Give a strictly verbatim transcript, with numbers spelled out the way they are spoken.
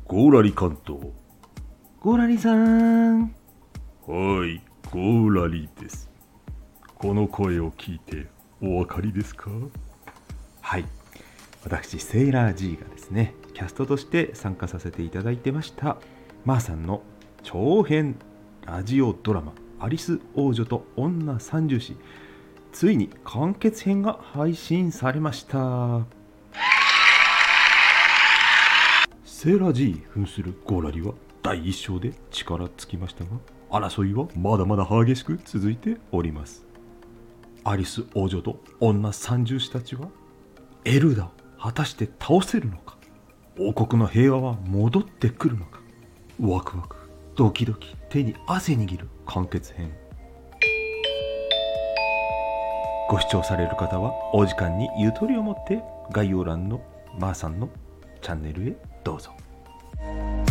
ゴーラリ関東。 ゴーラリさん。 はい、ゴーラリです。この声を聞いてお分かりですか？ はい、私セイラー G がですね、キャストとして参加させていただいてましたマーさんの長編ラジオドラマアリス王女と女三銃士、ついに完結編が配信されました。セイラー G 扮するゴーラリはだいいっ章で力尽きましたが、争いはまだまだ激しく続いております。アリス王女と女三銃士たちはエルダを果たして倒せるのか、王国の平和は戻ってくるのか、ワクワクドキドキ手に汗握る完結編。ご視聴される方はお時間にゆとりを持って概要欄のマーさんのチャンネルへどうぞ。